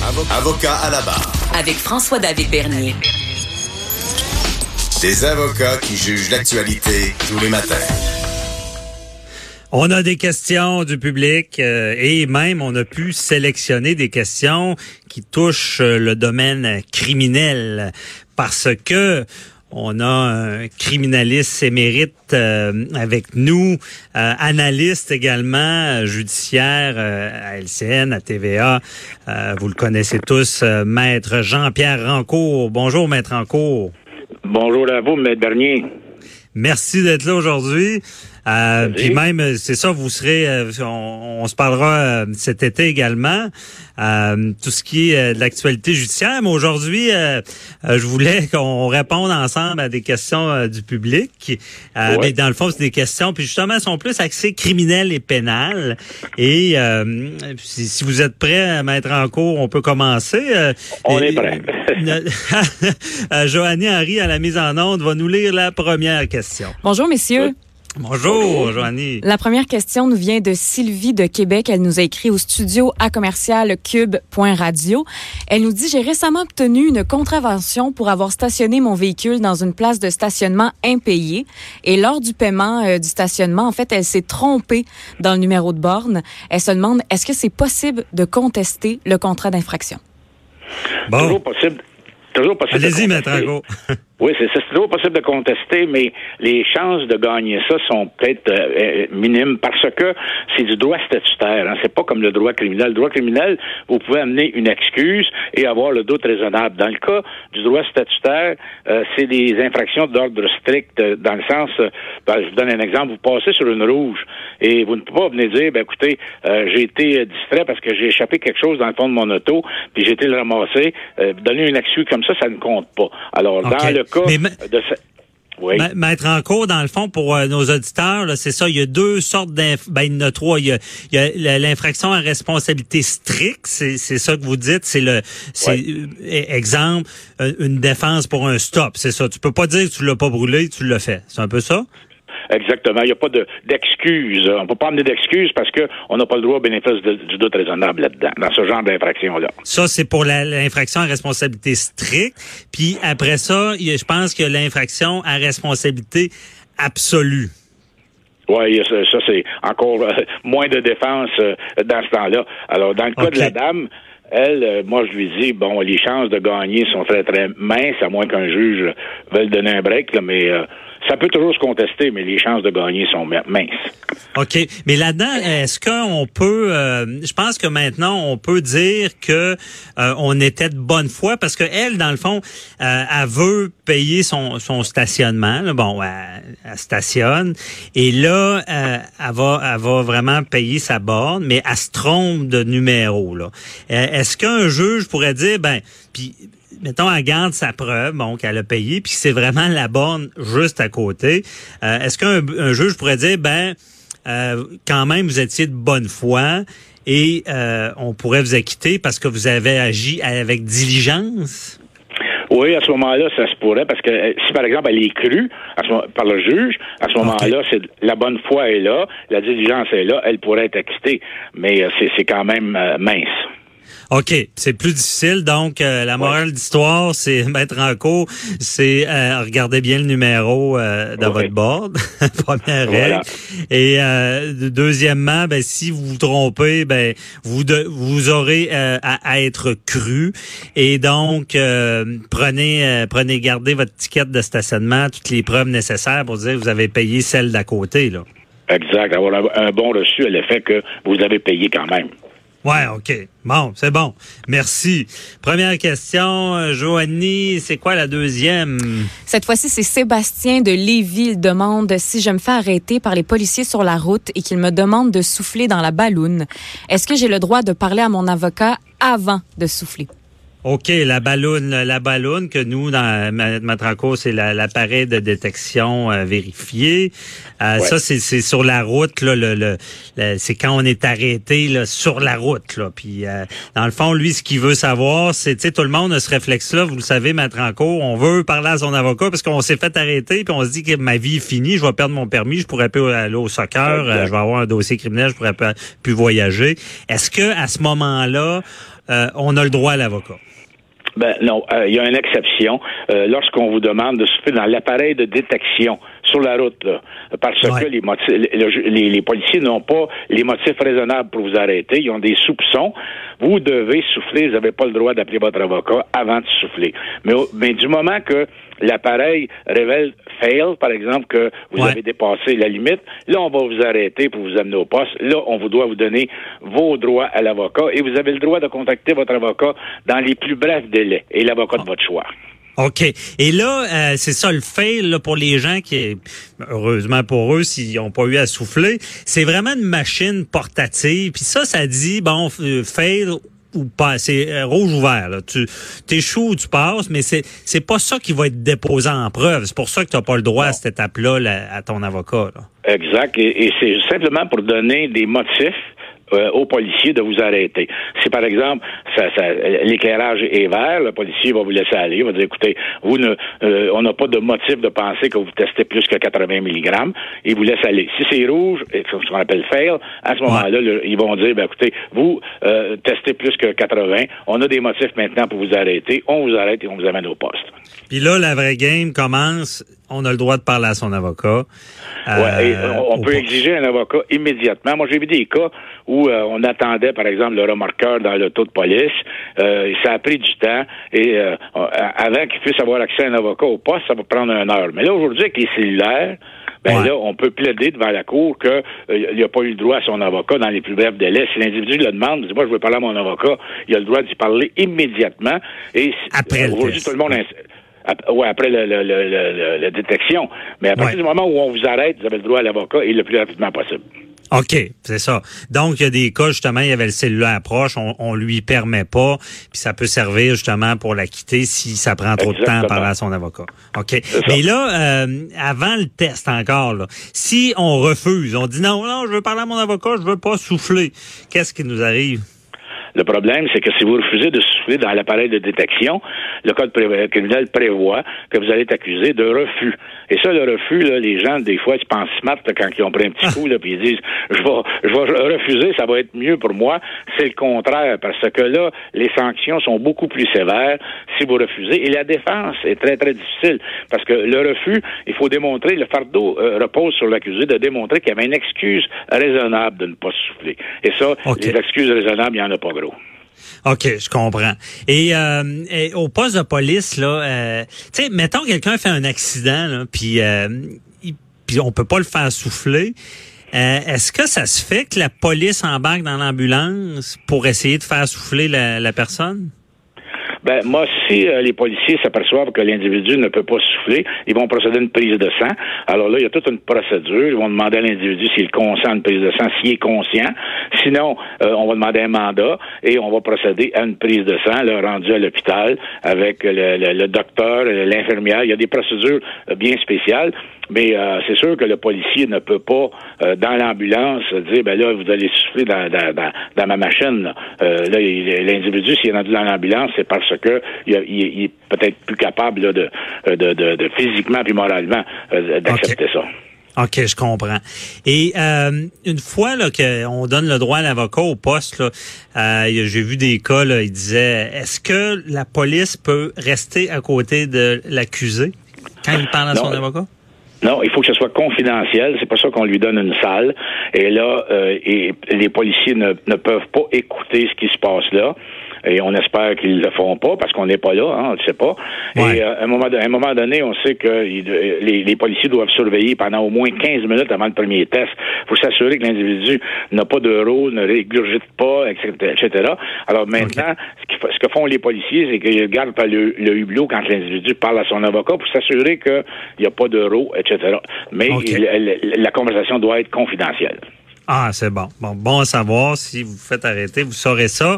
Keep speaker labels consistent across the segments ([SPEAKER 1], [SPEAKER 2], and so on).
[SPEAKER 1] Avocat à la barre.
[SPEAKER 2] Avec François-David Bernier.
[SPEAKER 1] Des avocats qui jugent l'actualité tous les matins.
[SPEAKER 3] On a des questions du public et même on a pu sélectionner des questions qui touchent le domaine criminel parce que on a un criminaliste émérite avec nous, analyste également, judiciaire à LCN, à TVA. Vous le connaissez tous, Maître Jean-Pierre Rancourt. Bonjour, Maître Rancourt.
[SPEAKER 4] Bonjour à vous, Maître Bernier.
[SPEAKER 3] Merci d'être là aujourd'hui. Puis même, c'est ça, vous serez, on se parlera cet été également, tout ce qui est de l'actualité judiciaire. Mais aujourd'hui, je voulais qu'on réponde ensemble à des questions du public. Mais dans le fond, c'est des questions, puis justement, elles sont plus axées criminelles et pénales. Et si vous êtes prêts à mettre en cours, on peut commencer.
[SPEAKER 4] On est prêts.
[SPEAKER 3] Joanie Henry, à la mise en onde, va nous lire la première question.
[SPEAKER 5] Bonjour, messieurs.
[SPEAKER 3] Bonjour, Joanie.
[SPEAKER 5] La première question nous vient de Sylvie de Québec. Elle nous a écrit au studio @cube.radio. Elle nous dit: j'ai récemment obtenu une contravention pour avoir stationné mon véhicule dans une place de stationnement impayée. Et lors du paiement du stationnement, en fait, elle s'est trompée dans le numéro de borne. Elle se demande, est-ce que c'est possible de contester le contrat d'infraction?
[SPEAKER 3] Bon.
[SPEAKER 4] Toujours possible.
[SPEAKER 3] Allez-y, Maître Rancourt.
[SPEAKER 4] Oui, c'est toujours possible de contester, mais les chances de gagner ça sont peut-être minimes parce que c'est du droit statutaire. Hein. C'est pas comme le droit criminel. Le droit criminel, vous pouvez amener une excuse et avoir le doute raisonnable. Dans le cas du droit statutaire, c'est des infractions d'ordre strict dans le sens, je vous donne un exemple, vous passez sur une rouge et vous ne pouvez pas venir dire, écoutez, j'ai été distrait parce que j'ai échappé quelque chose dans le fond de mon auto, puis j'ai été le ramasser. Donner une excuse comme ça ne compte pas. Alors, dans le cas de ça... Oui.
[SPEAKER 3] Maître Rancourt, dans le fond, pour nos auditeurs, là, c'est ça, il y a deux sortes il y en a trois. Il y a l'infraction à responsabilité stricte, c'est ça que vous dites, exemple, une défense pour un stop, c'est ça. Tu peux pas dire que tu l'as pas brûlé, tu l'as fait. C'est un peu ça?
[SPEAKER 4] Exactement. Il n'y a pas d'excuses. On ne peut pas amener d'excuses parce qu'on n'a pas le droit au bénéfice du doute raisonnable là-dedans, dans ce genre d'infraction-là.
[SPEAKER 3] Ça, c'est pour l'infraction à responsabilité stricte. Puis après ça, je pense qu'il y a l'infraction à responsabilité absolue. Oui,
[SPEAKER 4] ça c'est encore moins de défense dans ce temps-là. Alors, dans le cas de la dame, elle, moi, je lui dis, les chances de gagner sont très, très minces, à moins qu'un juge veuille donner un break, là, mais ça peut toujours se contester, mais les chances de gagner sont minces. OK.
[SPEAKER 3] Mais là-dedans, est-ce qu'on peut... je pense que maintenant, on peut dire que on était de bonne foi, parce que elle, dans le fond, elle veut payer son stationnement. Là. Elle stationne. Et là, elle va vraiment payer sa borne, mais elle se trompe de numéro. Là. Est-ce qu'un juge pourrait dire, puis... mettons, elle garde sa preuve, qu'elle a payé, puis c'est vraiment la borne juste à côté. Est-ce qu'un juge pourrait dire, quand même, vous étiez de bonne foi et on pourrait vous acquitter parce que vous avez agi avec diligence?
[SPEAKER 4] Oui, à ce moment-là, ça se pourrait, parce que si, par exemple, elle est crue par le juge, à ce moment-là, la bonne foi est là, la diligence est là, elle pourrait être acquittée, mais c'est quand même mince.
[SPEAKER 3] OK, c'est plus difficile. Donc, la morale d'histoire, c'est Maître Rancourt, c'est regardez bien le numéro dans votre board, première règle. Et deuxièmement, si vous vous trompez, vous aurez à être cru. Et donc, gardez votre ticket de stationnement, toutes les preuves nécessaires pour dire que vous avez payé celle d'à côté, là.
[SPEAKER 4] Exact. Avoir un bon reçu à l'effet que vous avez payé quand même.
[SPEAKER 3] Ouais, OK. Bon, c'est bon. Merci. Première question, Joanie, c'est quoi la deuxième?
[SPEAKER 5] Cette fois-ci, c'est Sébastien de Lévis. Il demande si je me fais arrêter par les policiers sur la route et qu'il me demande de souffler dans la balloune. Est-ce que j'ai le droit de parler à mon avocat avant de souffler?
[SPEAKER 3] OK, la balloune que nous, dans Maître Rancourt, c'est l'appareil de détection vérifié. Ça, c'est sur la route, là, c'est quand on est arrêté là, sur la route. Là. Puis, dans le fond, lui, ce qu'il veut savoir, c'est, tout le monde a ce réflexe-là, vous le savez, Maître Rancourt, on veut parler à son avocat parce qu'on s'est fait arrêter, puis on se dit que ma vie est finie, je vais perdre mon permis, je pourrais plus aller au soccer, je vais avoir un dossier criminel, je pourrais plus voyager. Est-ce que à ce moment-là, on a le droit à l'avocat.
[SPEAKER 4] Ben non, il y a une exception. Lorsqu'on vous demande de souffler dans l'appareil de détection sur la route, là, parce que les policiers n'ont pas les motifs raisonnables pour vous arrêter, ils ont des soupçons, vous devez souffler, vous n'avez pas le droit d'appeler votre avocat avant de souffler. Mais du moment que l'appareil révèle fail, par exemple, que vous avez dépassé la limite, là, on va vous arrêter pour vous amener au poste. Là, on doit vous donner vos droits à l'avocat et vous avez le droit de contacter votre avocat dans les plus brefs délais et l'avocat de votre choix.
[SPEAKER 3] OK. Et là, c'est ça le fail là, pour les gens qui, heureusement pour eux, s'ils n'ont pas eu à souffler, c'est vraiment une machine portative. Puis ça dit, bon, fail ou pas, c'est rouge ou vert. Là. Tu t'échoues ou tu passes, mais c'est pas ça qui va être déposé en preuve. C'est pour ça que tu n'as pas le droit à cette étape-là à ton avocat. Là.
[SPEAKER 4] Exact. Et c'est simplement pour donner des motifs aux policiers de vous arrêter. Si, par exemple, l'éclairage est vert, le policier va vous laisser aller. Il va dire, écoutez, on n'a pas de motif de penser que vous testez plus que 80 mg. Il vous laisse aller. Si c'est rouge, ce qu'on appelle fail, à ce moment-là, ils vont dire, ben, écoutez, vous testez plus que 80. On a des motifs maintenant pour vous arrêter. On vous arrête et on vous amène au poste.
[SPEAKER 3] Puis là, la vraie game commence. On a le droit de parler à son avocat.
[SPEAKER 4] On peut exiger un avocat immédiatement. Moi, j'ai vu des cas où on attendait, par exemple, le remorqueur dans l'auto de police. Ça a pris du temps. Et avant qu'il puisse avoir accès à un avocat au poste, ça va prendre 1 heure. Mais là, aujourd'hui, avec les cellulaires, là, on peut plaider devant la cour qu'il n'a pas eu le droit à son avocat dans les plus brefs délais. Si l'individu le demande, il dit, moi, je veux parler à mon avocat, il a le droit d'y parler immédiatement. Et
[SPEAKER 3] après
[SPEAKER 4] aujourd'hui, tout le monde après la détection. Mais à partir du moment où on vous arrête, vous avez le droit à l'avocat et le plus rapidement possible.
[SPEAKER 3] OK, c'est ça. Donc, il y a des cas, justement, il y avait le cellulaire proche, on lui permet pas, puis ça peut servir, justement, pour la quitter si ça prend trop de temps à parler à son avocat. OK. Mais là, avant le test encore, là, si on refuse, on dit non, je veux parler à mon avocat, je veux pas souffler, qu'est-ce qui nous arrive?
[SPEAKER 4] Le problème, c'est que si vous refusez de souffler dans l'appareil de détection, le code criminel prévoit que vous allez être accusé de refus. Et ça, le refus, là, les gens, des fois, ils pensent smart là, quand ils ont pris un petit coup, là, puis ils disent, je vais refuser, ça va être mieux pour moi. C'est le contraire, parce que là, les sanctions sont beaucoup plus sévères si vous refusez. Et la défense est très, très difficile, parce que le refus, il faut démontrer, le fardeau repose sur l'accusé de démontrer qu'il y avait une excuse raisonnable de ne pas souffler. Et ça, les excuses raisonnables, il n'y en a pas gros.
[SPEAKER 3] OK, je comprends. Et au poste de police, là, tu sais, mettons quelqu'un fait un accident, là, puis on peut pas le faire souffler. Est-ce que ça se fait que la police embarque dans l'ambulance pour essayer de faire souffler la personne?
[SPEAKER 4] Ben, moi, si les policiers s'aperçoivent que l'individu ne peut pas souffler, ils vont procéder à une prise de sang. Alors là, il y a toute une procédure. Ils vont demander à l'individu s'il consent à une prise de sang, s'il est conscient. Sinon, on va demander un mandat et on va procéder à une prise de sang, là, rendu à l'hôpital avec le docteur, l'infirmière. Il y a des procédures bien spéciales. Mais c'est sûr que le policier ne peut pas, dans l'ambulance, dire, ben là, vous allez souffler dans ma machine. Là, l'individu, s'il est rendu dans l'ambulance, c'est parce que il est peut-être plus capable là, de physiquement puis moralement d'accepter ça.
[SPEAKER 3] OK, je comprends. Et une fois là qu'on donne le droit à l'avocat au poste, là, j'ai vu des cas, là, ils disaient, est-ce que la police peut rester à côté de l'accusé quand il parle à son avocat?
[SPEAKER 4] Non, il faut que ce soit confidentiel. C'est pour ça qu'on lui donne une salle. Et là, les policiers ne peuvent pas écouter ce qui se passe là. Et on espère qu'ils le font pas parce qu'on n'est pas là, on ne sait pas. Ouais. Et à un moment donné, on sait que les policiers doivent surveiller pendant au moins 15 minutes avant le premier test. Il faut s'assurer que l'individu n'a pas de rôle, ne régurgite pas, etc. Alors maintenant, ce que font les policiers, c'est qu'ils gardent le hublot quand l'individu parle à son avocat pour s'assurer qu'il n'y a pas de rôle, etc. Mais la conversation doit être confidentielle.
[SPEAKER 3] Ah, c'est bon. Bon à savoir. Si vous vous faites arrêter, vous saurez ça.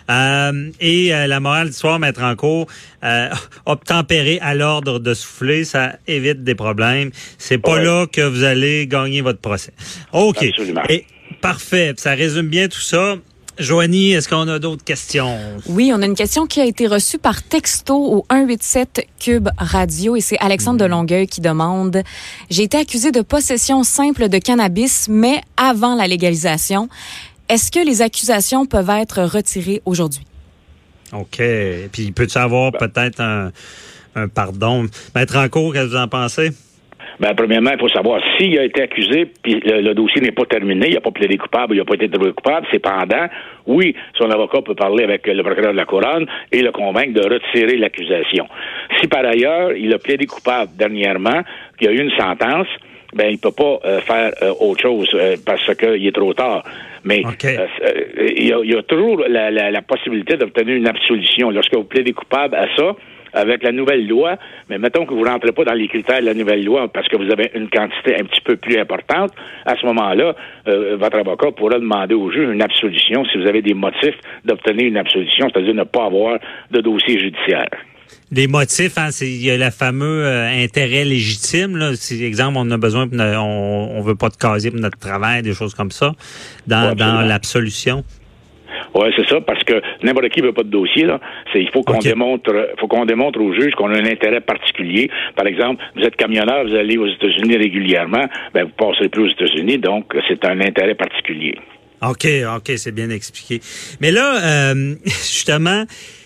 [SPEAKER 3] Et la morale du soir, maître en cours, obtempérer à l'ordre de souffler, ça évite des problèmes. C'est pas là que vous allez gagner votre procès. OK.
[SPEAKER 4] Absolument.
[SPEAKER 3] Et, parfait. Ça résume bien tout ça. Joanie, est-ce qu'on a d'autres questions?
[SPEAKER 5] Oui, on a une question qui a été reçue par texto au 187 Cube Radio et c'est Alexandre de Longueuil qui demande « J'ai été accusé de possession simple de cannabis, mais avant la légalisation. Est-ce que les accusations peuvent être retirées aujourd'hui? »
[SPEAKER 3] OK. Puis, peux-tu avoir peut-être un pardon? Maître Rancourt, qu'est-ce que vous en pensez?
[SPEAKER 4] Ben, premièrement, il faut savoir s'il a été accusé, puis le dossier n'est pas terminé, il n'a pas plaidé coupable, il n'a pas été trouvé coupable, cependant, oui, son avocat peut parler avec le procureur de la Couronne et le convaincre de retirer l'accusation. Si par ailleurs, il a plaidé coupable dernièrement, qu'il y a eu une sentence, ben, il peut pas faire autre chose parce qu'il est trop tard. Mais
[SPEAKER 3] okay.
[SPEAKER 4] Il y a toujours la possibilité d'obtenir une absolution. Lorsque vous plaidez coupable à ça, avec la nouvelle loi, mais mettons que vous ne rentrez pas dans les critères de la nouvelle loi parce que vous avez une quantité un petit peu plus importante, à ce moment-là, votre avocat pourra demander au juge une absolution si vous avez des motifs d'obtenir une absolution, c'est-à-dire ne pas avoir de dossier judiciaire.
[SPEAKER 3] Les motifs, hein, il y a le fameux intérêt légitime. Là. Si, exemple, on a besoin, on veut pas de casier pour notre travail, des choses comme ça, dans l'absolution.
[SPEAKER 4] Oui, c'est ça, parce que n'importe qui veut pas de dossier, là. Il faut qu'on démontre au juge qu'on a un intérêt particulier. Par exemple, vous êtes camionneur, vous allez aux États-Unis régulièrement, ben vous passerez plus aux États-Unis, donc c'est un intérêt particulier.
[SPEAKER 3] OK, c'est bien expliqué. Mais là, justement,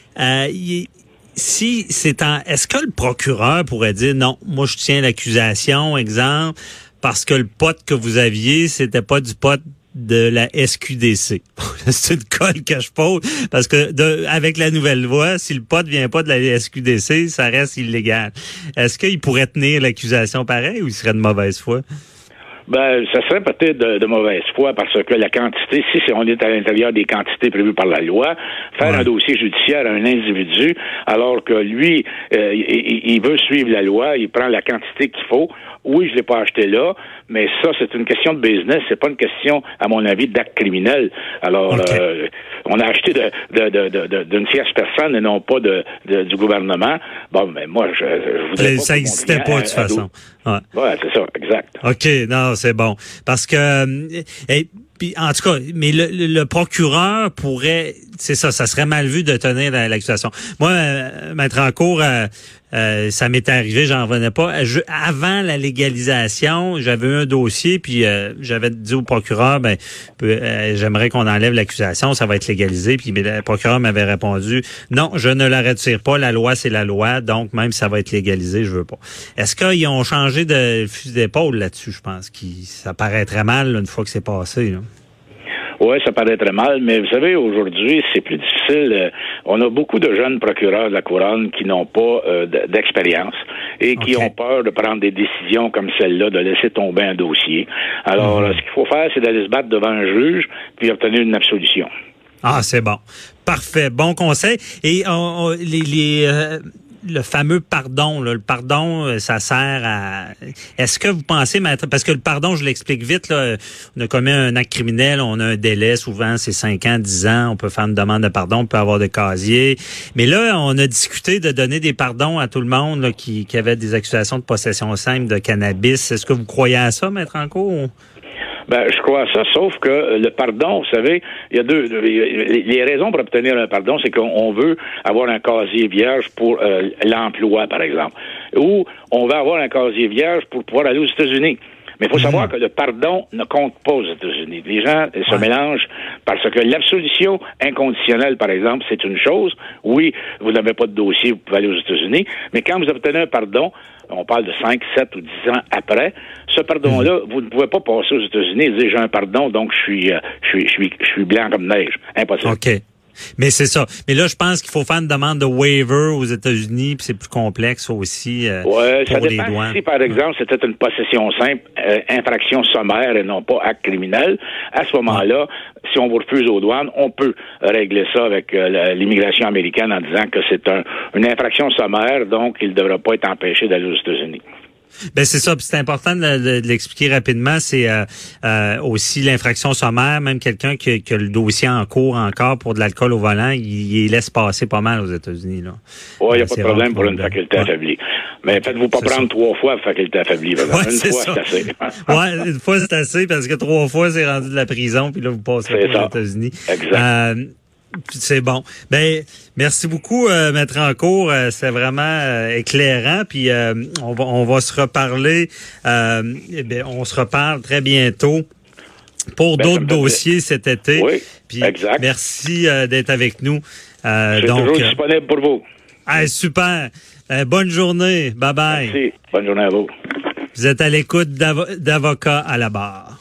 [SPEAKER 3] est-ce que le procureur pourrait dire non, moi je tiens l'accusation, exemple, parce que le pote que vous aviez, c'était pas du pote de la SQDC. C'est une colle que je pose parce que avec la nouvelle loi, si le pote vient pas de la SQDC, ça reste illégal. Est-ce qu'il pourrait tenir l'accusation pareil ou il serait de mauvaise foi?
[SPEAKER 4] Ben, ça serait peut-être de mauvaise foi parce que la quantité, si on est à l'intérieur des quantités prévues par la loi, faire un dossier judiciaire à un individu, alors que lui, il veut suivre la loi, il prend la quantité qu'il faut. Oui, je l'ai pas acheté là, mais ça, c'est une question de business, c'est pas une question, à mon avis, d'acte criminel. Alors, on a acheté d'une tierce personne et non pas du gouvernement. Bon, mais moi, je voudrais pas.
[SPEAKER 3] Ça n'existait pas, de toute façon.
[SPEAKER 4] Ouais, c'est ça, exact.
[SPEAKER 3] OK, non, c'est bon. Parce que, puis, en tout cas, mais le procureur pourrait, c'est ça serait mal vu de tenir l'accusation. Moi, Maître Rancourt, ça m'était arrivé, j'en revenais pas. Avant la légalisation, j'avais eu un dossier, puis j'avais dit au procureur, j'aimerais qu'on enlève l'accusation, ça va être légalisé. Puis le procureur m'avait répondu, non, je ne la retire pas, la loi c'est la loi, donc même si ça va être légalisé, je veux pas. Est-ce qu'ils ont changé de fusil d'épaule là-dessus? Je pense que ça paraîtrait mal là, une fois que c'est passé. Là.
[SPEAKER 4] Oui, ça paraît très mal, mais vous savez, aujourd'hui, c'est plus difficile. On a beaucoup de jeunes procureurs de la Couronne qui n'ont pas d'expérience et qui ont peur de prendre des décisions comme celle-là, de laisser tomber un dossier. Alors, ce qu'il faut faire, c'est d'aller se battre devant un juge puis obtenir une absolution.
[SPEAKER 3] Ah, c'est bon. Parfait. Bon conseil. Et le fameux pardon, là, le pardon, ça sert à... Est-ce que vous pensez, maître, parce que le pardon, je l'explique vite, là, on a commis un acte criminel, on a un délai, souvent c'est 5 ans, 10 ans, on peut faire une demande de pardon, on peut avoir de casier. Mais là, on a discuté de donner des pardons à tout le monde là, qui avait des accusations de possession simple de cannabis. Est-ce que vous croyez à ça, maître Rancourt?
[SPEAKER 4] Ben, je crois à ça, sauf que le pardon, vous savez, il y a les raisons pour obtenir un pardon, c'est qu'on veut avoir un casier vierge pour l'emploi, par exemple, ou on veut avoir un casier vierge pour pouvoir aller aux États-Unis. Mais il faut savoir que le pardon ne compte pas aux États-Unis. Les gens se mélangent parce que l'absolution inconditionnelle, par exemple, c'est une chose. Oui, vous n'avez pas de dossier, vous pouvez aller aux États-Unis, mais quand vous obtenez un pardon, on parle de 5, 7 ou 10 ans après, ce pardon-là, vous ne pouvez pas passer aux États-Unis et dire j'ai un pardon, donc je suis blanc comme neige. Impossible.
[SPEAKER 3] OK. Mais c'est ça. Mais là, je pense qu'il faut faire une demande de waiver aux États-Unis, puis c'est plus complexe aussi
[SPEAKER 4] ça
[SPEAKER 3] pour les
[SPEAKER 4] dépend.
[SPEAKER 3] douanes.
[SPEAKER 4] Si, par exemple, c'était une possession simple, infraction sommaire et non pas acte criminel, à ce moment-là, si on vous refuse aux douanes, on peut régler ça avec l'immigration américaine en disant que c'est une infraction sommaire, donc il ne devra pas être empêché d'aller aux États-Unis.
[SPEAKER 3] Ben c'est ça, puis c'est important de l'expliquer rapidement. C'est aussi l'infraction sommaire, même quelqu'un qui a le dossier en cours encore pour de l'alcool au volant, il laisse passer pas mal aux États-Unis là.
[SPEAKER 4] Oui, il n'y a pas de problème pour une faculté affaiblie. Mais faites-vous pas prendre 3 fois faculté affaiblie. Une fois, c'est assez.
[SPEAKER 3] Une fois, c'est assez parce que 3 fois, c'est rendu de la prison, puis là, vous passerez aux États-Unis.
[SPEAKER 4] Exact.
[SPEAKER 3] C'est bon. Ben, merci beaucoup, Maître Rancourt. C'est vraiment éclairant. Puis on va se reparler. On se reparle très bientôt pour d'autres dossiers cet été.
[SPEAKER 4] Oui,
[SPEAKER 3] puis,
[SPEAKER 4] exact.
[SPEAKER 3] Merci d'être avec nous.
[SPEAKER 4] Je suis toujours disponible pour vous.
[SPEAKER 3] Super. Bonne journée. Bye-bye.
[SPEAKER 4] Merci. Bonne journée à vous.
[SPEAKER 3] Vous êtes à l'écoute d'Avocats à la barre.